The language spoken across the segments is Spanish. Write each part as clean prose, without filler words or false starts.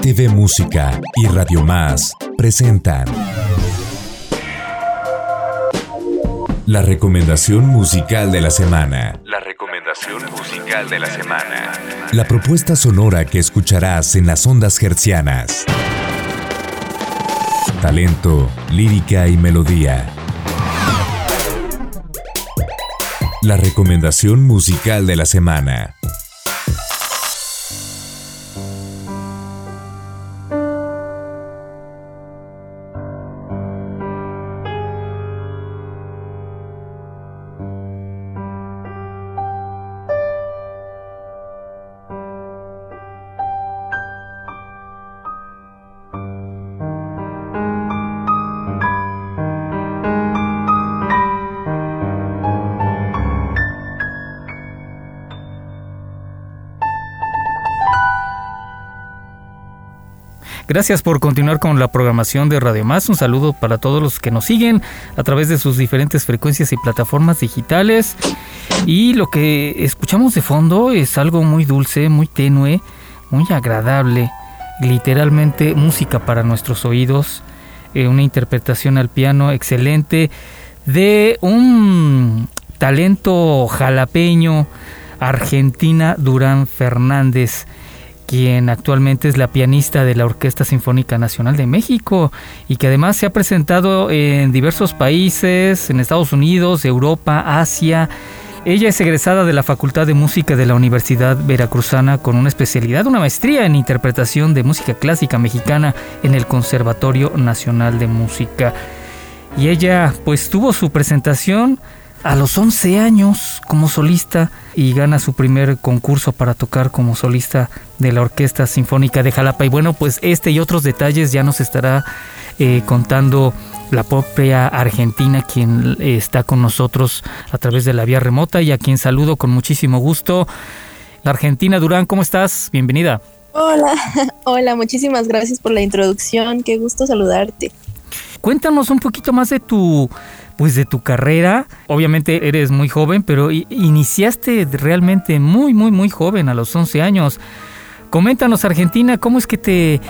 TV Música y Radio Más presentan la recomendación musical de la semana. La propuesta sonora que escucharás en las ondas hertzianas. Talento, lírica y melodía. La recomendación musical de la semana. Gracias por continuar con la programación de Radio Más. Un saludo para todos los que nos siguen a través de sus diferentes frecuencias y plataformas digitales. Y lo que escuchamos de fondo es algo muy dulce, muy tenue, muy agradable. Literalmente música para nuestros oídos. Una interpretación al piano excelente de un talento jalapeño, Argentina Durán Fernández, quien actualmente es la pianista de la Orquesta Sinfónica Nacional de México y que además se ha presentado en diversos países, en Estados Unidos, Europa, Asia. Ella es egresada de la Facultad de Música de la Universidad Veracruzana con una especialidad, una maestría en interpretación de música clásica mexicana en el Conservatorio Nacional de Música. Y ella pues tuvo su presentación a los 11 años como solista y gana su primer concurso para tocar como solista de la Orquesta Sinfónica de Jalapa. Y bueno, pues este y otros detalles ya nos estará contando la propia Argentina, quien está con nosotros a través de la vía remota y a quien saludo con muchísimo gusto. Argentina Durán, ¿cómo estás? Bienvenida. Hola, muchísimas gracias por la introducción, qué gusto saludarte. Cuéntanos un poquito más de tu carrera. Obviamente eres muy joven, pero iniciaste realmente muy joven, a los 11 años. Coméntanos, Argentina, ¿cómo es que te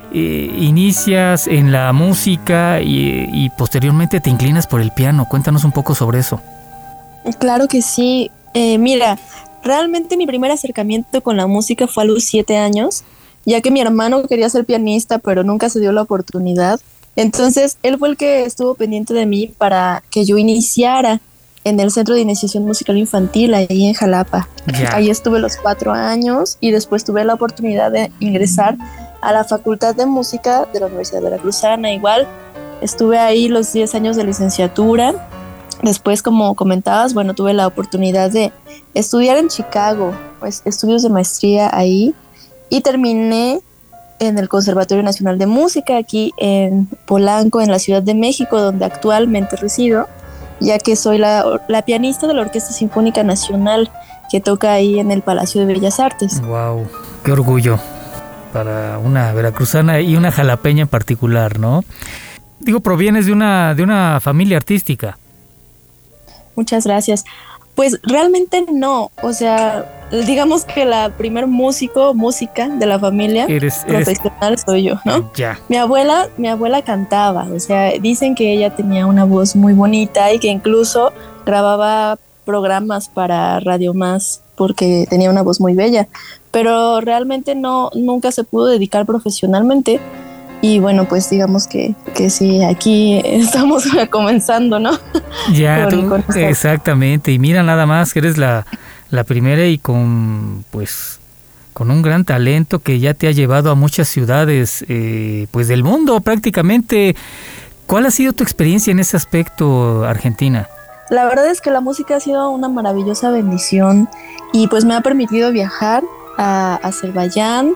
inicias en la música y posteriormente te inclinas por el piano? Cuéntanos un poco sobre eso. Claro que sí. Mira, realmente mi primer acercamiento con la música fue a los 7 años, ya que mi hermano quería ser pianista, pero nunca se dio la oportunidad. Entonces, él fue el que estuvo pendiente de mí para que yo iniciara en el Centro de Iniciación Musical Infantil, ahí en Jalapa. Yeah. Ahí estuve los 4 años y después tuve la oportunidad de ingresar a la Facultad de Música de la Universidad Veracruzana. Igual, estuve ahí los 10 años de licenciatura. Después, como comentabas, bueno, tuve la oportunidad de estudiar en Chicago, pues estudios de maestría ahí, y terminé en el Conservatorio Nacional de Música, aquí en Polanco, en la Ciudad de México, donde actualmente resido, ya que soy la pianista de la Orquesta Sinfónica Nacional, que toca ahí en el Palacio de Bellas Artes. ¡Wow! ¡Qué orgullo para una veracruzana y una jalapeña en particular!, ¿no? Digo, provienes de una familia artística. Muchas gracias. Pues realmente no, o sea, digamos que la primer música de la familia profesional soy yo, ¿no? Ya. Mi abuela cantaba, o sea, dicen que ella tenía una voz muy bonita y que incluso grababa programas para Radio Más porque tenía una voz muy bella, pero realmente nunca se pudo dedicar profesionalmente. Y bueno, pues digamos que sí, aquí estamos comenzando, ¿no? Ya, exactamente. Y mira, nada más que eres la primera y con un gran talento que ya te ha llevado a muchas ciudades pues del mundo prácticamente. ¿Cuál ha sido tu experiencia en ese aspecto, Argentina? La verdad es que la música ha sido una maravillosa bendición y pues me ha permitido viajar a Azerbaiyán.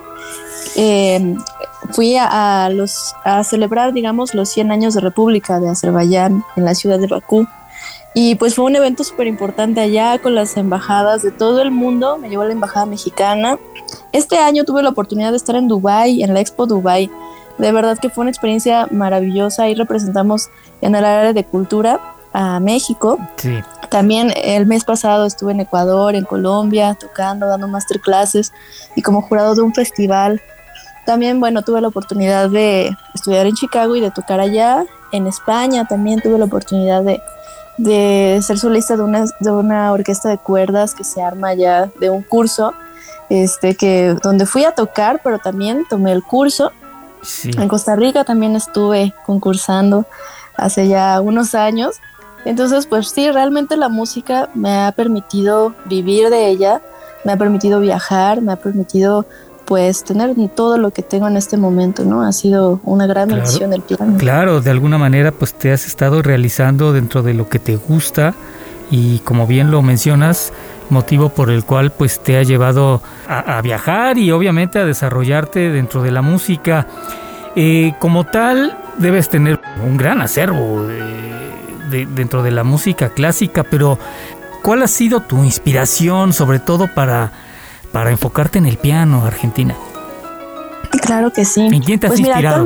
Fui a celebrar, digamos, los 100 años de República de Azerbaiyán en la ciudad de Bakú. Y pues fue un evento súper importante allá con las embajadas de todo el mundo. Me llevó a la embajada mexicana. Este año tuve la oportunidad de estar en Dubái, en la Expo Dubái. De verdad que fue una experiencia maravillosa. Ahí representamos en el área de cultura a México. Sí. También el mes pasado estuve en Ecuador, en Colombia, tocando, dando masterclasses y como jurado de un festival También, bueno, tuve la oportunidad de estudiar en Chicago y de tocar allá. En España también tuve la oportunidad de ser solista de una orquesta de cuerdas que se arma allá, de un curso, donde fui a tocar, pero también tomé el curso. Sí. En Costa Rica también estuve concursando hace ya unos años. Entonces, pues sí, realmente la música me ha permitido vivir de ella, me ha permitido viajar, me ha permitido pues tener todo lo que tengo en este momento, ¿no? Ha sido una gran bendición el piano. Claro, de alguna manera pues te has estado realizando dentro de lo que te gusta y como bien lo mencionas, motivo por el cual pues te ha llevado a viajar y obviamente a desarrollarte dentro de la música. Como tal, debes tener un gran acervo dentro de la música clásica, pero ¿cuál ha sido tu inspiración, sobre todo para enfocarte en el piano, Argentina? Claro que sí. ¿En quién te has inspirado?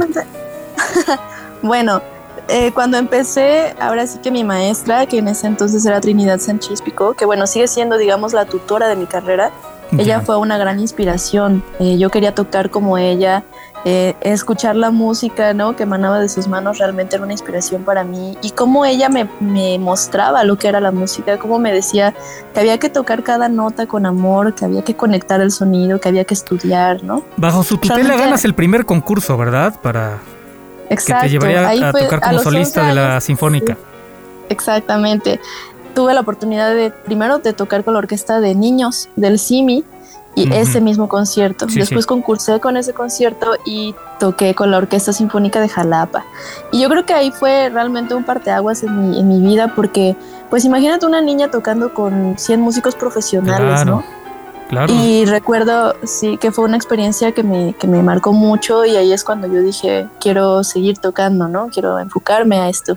Bueno, cuando empecé, ahora sí que mi maestra, que en ese entonces era Trinidad Sánchez Picó, que bueno, sigue siendo, digamos, la tutora de mi carrera, ella fue una gran inspiración. Yo quería tocar como ella, escuchar la música, ¿no?, que emanaba de sus manos, realmente era una inspiración para mí. Y cómo ella me mostraba lo que era la música, cómo me decía que había que tocar cada nota con amor, que había que conectar el sonido, que había que estudiar, ¿no? Bajo su tutela realmente ganas el primer concurso, ¿verdad? Exacto, que te llevaría a tocar como solista de la Sinfónica. Sí, exactamente. Tuve la oportunidad primero de tocar con la orquesta de niños del CIMI y ese mismo concierto. Después concursé con ese concierto y toqué con la Orquesta Sinfónica de Jalapa. Y yo creo que ahí fue realmente un parteaguas en mi vida, porque pues imagínate una niña tocando con 100 músicos profesionales, ¿no? Claro. Y recuerdo, sí, que fue una experiencia que me marcó mucho, y ahí es cuando yo dije, quiero seguir tocando, ¿no? Quiero enfocarme a esto.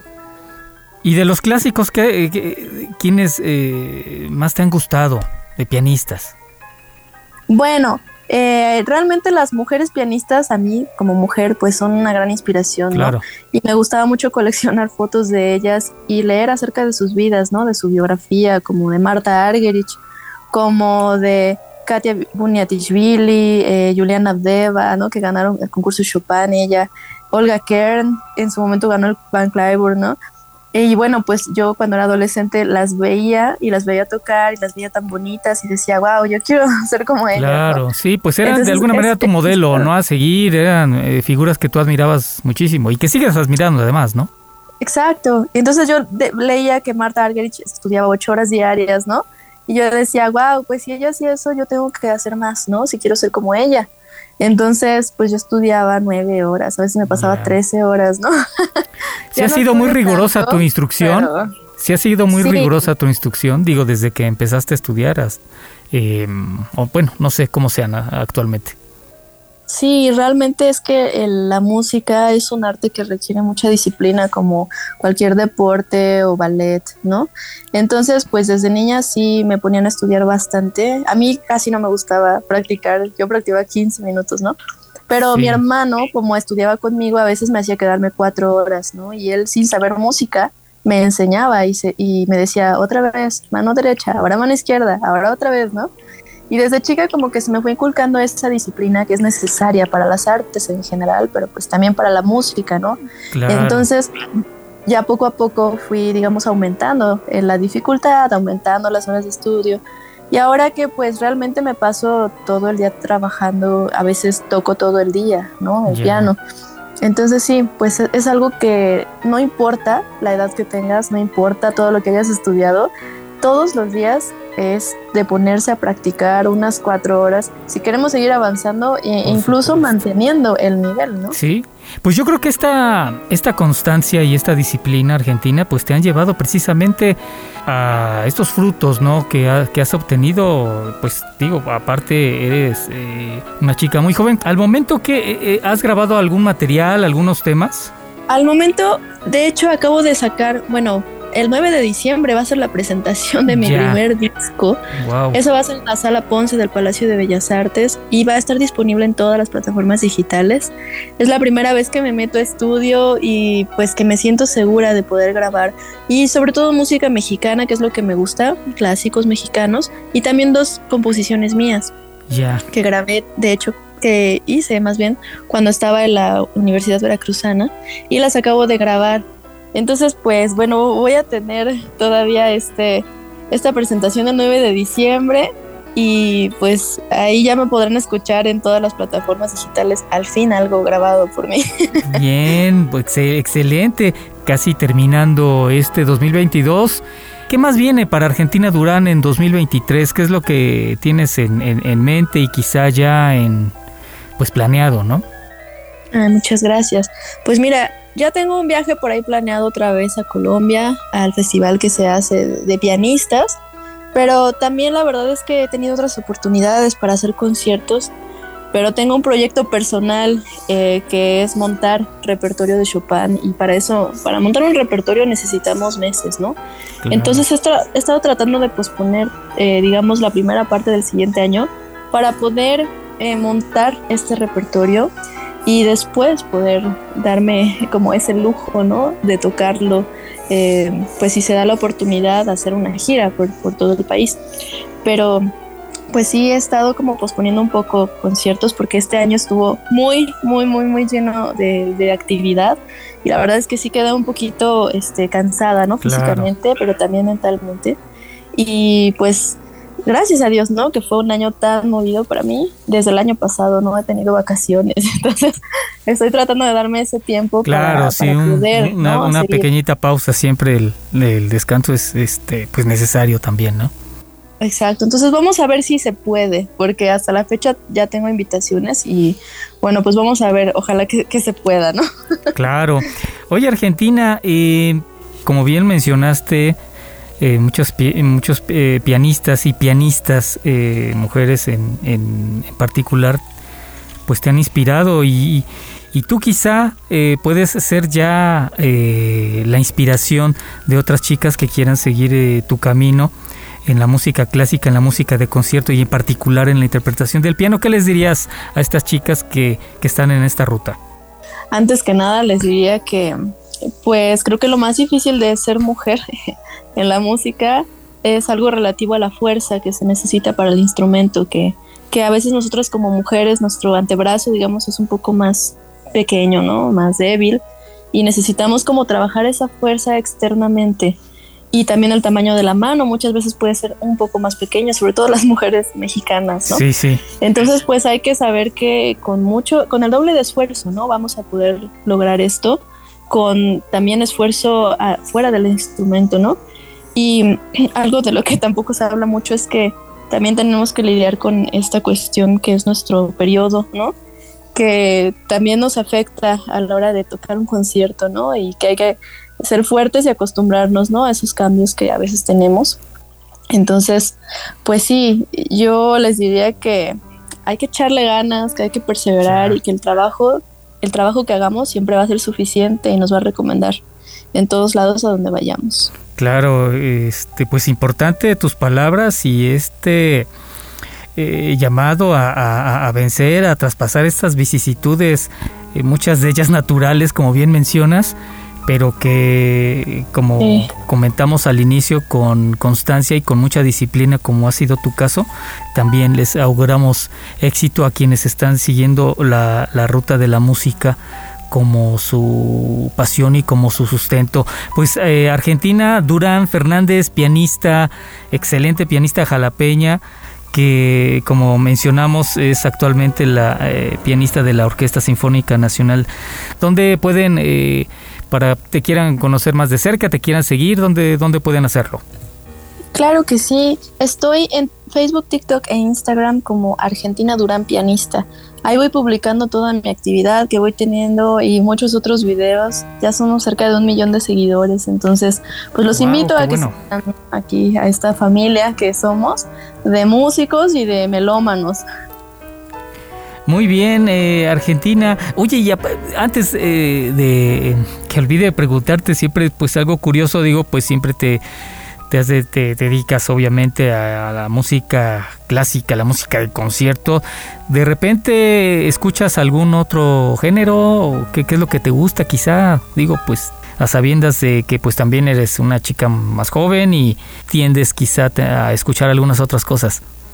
¿Y de los clásicos, quiénes más te han gustado de pianistas? Bueno, realmente las mujeres pianistas, a mí como mujer, pues son una gran inspiración, claro, ¿no? Y me gustaba mucho coleccionar fotos de ellas y leer acerca de sus vidas, ¿no? De su biografía, como de Marta Argerich, como de Katia Buniatishvili, Juliana Avdeva, ¿no?, que ganaron el concurso Chopin, ella, Olga Kern, en su momento ganó el Van Cliburn, ¿no? Y bueno, pues yo cuando era adolescente las veía tocar y las veía tan bonitas y decía, wow, yo quiero ser como ella. Claro, ¿no? Sí, pues eran entonces, de alguna manera tu modelo, ¿no? A seguir, eran figuras que tú admirabas muchísimo y que sigues admirando además, ¿no? Exacto. Entonces yo leía que Marta Argerich estudiaba 8 horas diarias, ¿no? Y yo decía, wow, pues si ella hacía eso, yo tengo que hacer más, ¿no? Si quiero ser como ella. Entonces, pues yo estudiaba 9 horas, a veces me pasaba 13 horas, ¿no? ¿Sí ha sido muy rigurosa tu instrucción? ¿Sí ha sido muy rigurosa tu instrucción? Digo, desde que empezaste a estudiar, o bueno, no sé cómo sean actualmente. Sí, realmente es que la música es un arte que requiere mucha disciplina, como cualquier deporte o ballet, ¿no? Entonces, pues desde niña sí me ponían a estudiar bastante. A mí casi no me gustaba practicar, yo practicaba 15 minutos, ¿no? Pero mi hermano, como estudiaba conmigo, a veces me hacía quedarme 4 horas, ¿no? Y él, sin saber música, me enseñaba y me decía, otra vez, mano derecha, ahora mano izquierda, ahora otra vez, ¿no? Y desde chica como que se me fue inculcando esa disciplina que es necesaria para las artes en general, pero pues también para la música, ¿no? Claro. Entonces, ya poco a poco fui, digamos, aumentando la dificultad, aumentando las horas de estudio. Y ahora que pues realmente me paso todo el día trabajando, a veces toco todo el día, ¿no? El piano. Entonces sí, pues es algo que no importa la edad que tengas, no importa todo lo que hayas estudiado, todos los días es de ponerse a practicar unas 4 horas si queremos seguir avanzando e incluso manteniendo el nivel, ¿no? Sí, pues yo creo que esta constancia y esta disciplina argentina pues te han llevado precisamente a estos frutos, ¿no? que has obtenido. Pues digo, aparte eres una chica muy joven. Al momento que has grabado algún material, algunos temas. Al momento, de hecho, acabo de sacar, bueno, el 9 de diciembre va a ser la presentación de mi primer disco. Wow. Eso va a ser en la Sala Ponce del Palacio de Bellas Artes y va a estar disponible en todas las plataformas digitales. Es la primera vez que me meto a estudio y pues que me siento segura de poder grabar. Y sobre todo música mexicana, que es lo que me gusta, clásicos mexicanos, y también 2 composiciones mías que grabé, de hecho, que hice más bien cuando estaba en la Universidad Veracruzana y las acabo de grabar. Entonces, pues bueno, voy a tener todavía esta presentación el 9 de diciembre y pues ahí ya me podrán escuchar en todas las plataformas digitales, al fin algo grabado por mí. Bien, pues excelente, casi terminando este 2022. ¿Qué más viene para Argentina Durán en 2023? ¿Qué es lo que tienes en mente y quizá ya pues planeado, no? Muchas gracias. Pues mira, ya tengo un viaje por ahí planeado otra vez a Colombia, al festival que se hace de pianistas, pero también la verdad es que he tenido otras oportunidades para hacer conciertos, pero tengo un proyecto personal que es montar repertorio de Chopin, y para eso, para montar un repertorio necesitamos meses, ¿no? Claro. Entonces he estado tratando de posponer, digamos, la primera parte del siguiente año para poder montar este repertorio y después poder darme como ese lujo, ¿no? De tocarlo, pues si se da la oportunidad de hacer una gira por todo el país. Pero pues sí he estado como posponiendo un poco conciertos porque este año estuvo muy lleno de actividad y la verdad es que sí quedé un poquito cansada, ¿no? Claro. Físicamente, pero también mentalmente. Y pues gracias a Dios, ¿no? Que fue un año tan movido para mí. Desde el año pasado no he tenido vacaciones, entonces estoy tratando de darme ese tiempo para poder, ¿no? Una pequeñita pausa, siempre el descanso es pues necesario también, ¿no? Exacto, entonces vamos a ver si se puede, porque hasta la fecha ya tengo invitaciones y bueno, pues vamos a ver, ojalá que se pueda, ¿no? Claro. Oye, Argentina, como bien mencionaste, muchos pianistas y pianistas, mujeres en particular, pues te han inspirado y tú quizá puedes ser ya la inspiración de otras chicas que quieran seguir tu camino en la música clásica, en la música de concierto y en particular en la interpretación del piano. ¿Qué les dirías a estas chicas que están en esta ruta? Antes que nada les diría que pues creo que lo más difícil de ser mujer en la música es algo relativo a la fuerza que se necesita para el instrumento, que a veces nosotras como mujeres, nuestro antebrazo, digamos, es un poco más pequeño, ¿no? Más débil, y necesitamos como trabajar esa fuerza externamente. Y también el tamaño de la mano muchas veces puede ser un poco más pequeño, sobre todo las mujeres mexicanas, ¿no? Sí. Entonces, pues hay que saber que con el doble de esfuerzo, ¿no? Vamos a poder lograr esto, con también esfuerzo fuera del instrumento, ¿no? Y algo de lo que tampoco se habla mucho es que también tenemos que lidiar con esta cuestión que es nuestro periodo, ¿no? Que también nos afecta a la hora de tocar un concierto, ¿no? Y que hay que ser fuertes y acostumbrarnos, ¿no? A esos cambios que a veces tenemos. Entonces, pues sí, yo les diría que hay que echarle ganas, que hay que perseverar, sí, y que el trabajo que hagamos siempre va a ser suficiente y nos va a recomendar en todos lados a donde vayamos. Claro, pues importante tus palabras y llamado a vencer, a traspasar estas vicisitudes, muchas de ellas naturales, como bien mencionas, pero que, como comentamos al inicio, con constancia y con mucha disciplina, como ha sido tu caso, también les auguramos éxito a quienes están siguiendo la ruta de la música como su pasión y como su sustento. Pues Argentina Durán Fernández, pianista, excelente pianista jalapeña, que como mencionamos es actualmente la pianista de la Orquesta Sinfónica Nacional. ¿Dónde pueden, para te quieran conocer más de cerca, te quieran seguir, dónde pueden hacerlo? Claro que sí, estoy en Facebook, TikTok e Instagram como Argentina Durán Pianista. Ahí voy publicando toda mi actividad que voy teniendo y muchos otros videos. Ya somos cerca de 1 millón de seguidores, entonces pues los invito a que se unan aquí a esta familia que somos de músicos y de melómanos. Muy bien, Argentina. Oye, y antes de que olvide preguntarte siempre pues algo curioso, digo, pues siempre te dedicas obviamente a la música clásica, a la música de concierto. ¿De repente escuchas algún otro género? ¿Qué es lo que te gusta quizá? Digo, pues a sabiendas de que pues también eres una chica más joven y tiendes quizá a escuchar algunas otras cosas.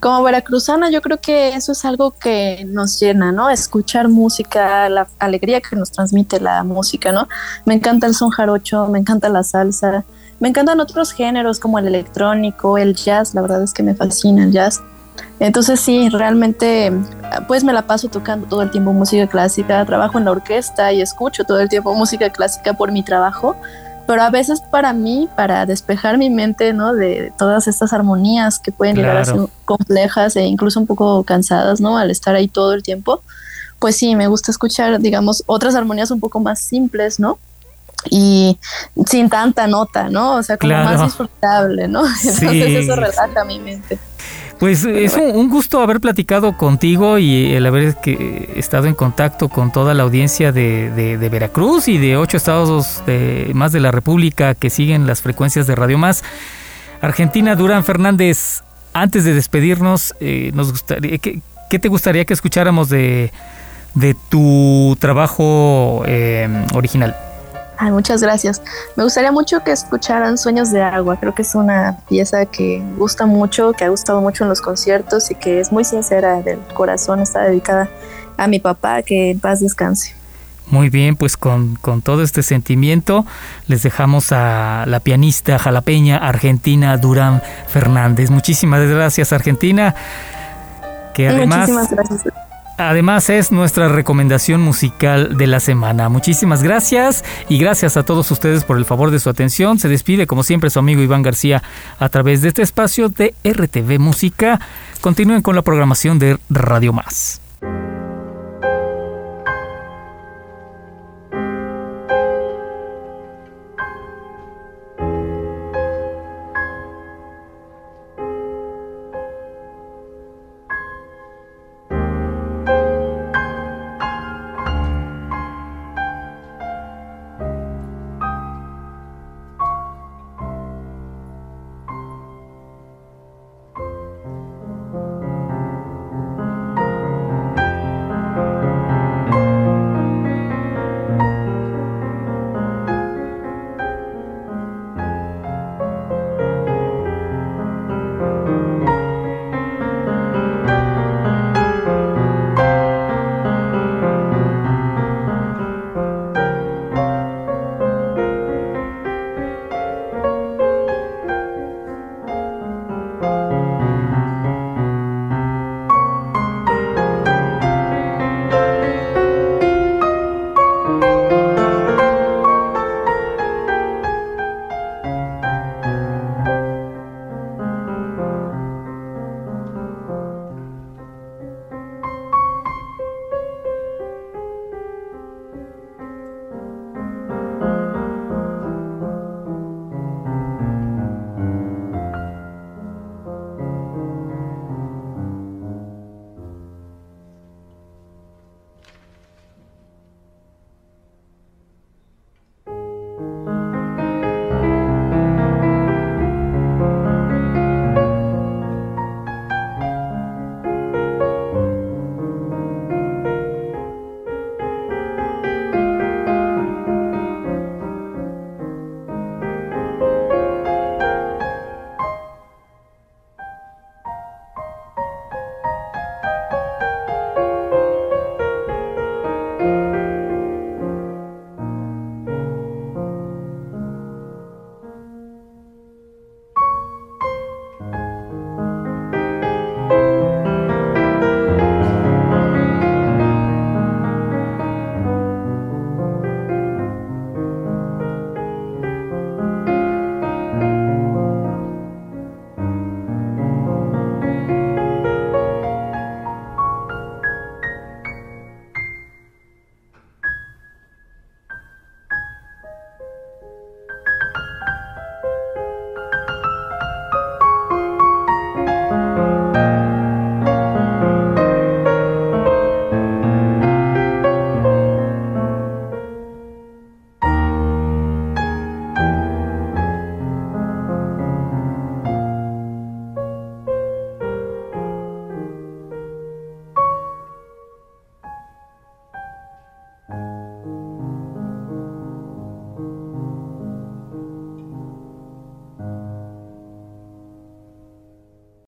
como veracruzana, yo creo que eso es algo que nos llena, ¿no? Escuchar música, la alegría que nos transmite la música, ¿no? Me encanta el son jarocho, me encanta la salsa, me encantan otros géneros como el electrónico, el jazz, la verdad es que me fascina el jazz. Entonces sí, realmente pues me la paso tocando todo el tiempo música clásica, trabajo en la orquesta y escucho todo el tiempo música clásica por mi trabajo, pero a veces para mí, para despejar mi mente, ¿no? De todas estas armonías que pueden llegar a ser complejas e incluso un poco cansadas, ¿no? Al estar ahí todo el tiempo, pues sí, me gusta escuchar, digamos, otras armonías un poco más simples, ¿no? Y sin tanta nota, ¿no? O sea, como más disfrutable, ¿no? Entonces eso relaja mi mente. Pues es un gusto haber platicado contigo y el haber estado en contacto con toda la audiencia de Veracruz y de 8 estados más de la República que siguen las frecuencias de Radio Más. Argentina Durán Fernández, antes de despedirnos, nos gustaría ¿qué te gustaría que escucháramos de tu trabajo original? Ay, muchas gracias. Me gustaría mucho que escucharan Sueños de Agua. Creo que es una pieza que gusta mucho, que ha gustado mucho en los conciertos y que es muy sincera del corazón. Está dedicada a mi papá, que en paz descanse. Muy bien, pues con todo este sentimiento les dejamos a la pianista jalapeña Argentina Durán Fernández. Muchísimas gracias, Argentina. Que además, muchísimas gracias. Además es nuestra recomendación musical de la semana. Muchísimas gracias y gracias a todos ustedes por el favor de su atención. Se despide como siempre su amigo Iván García a través de este espacio de RTV Música. Continúen con la programación de Radio Más.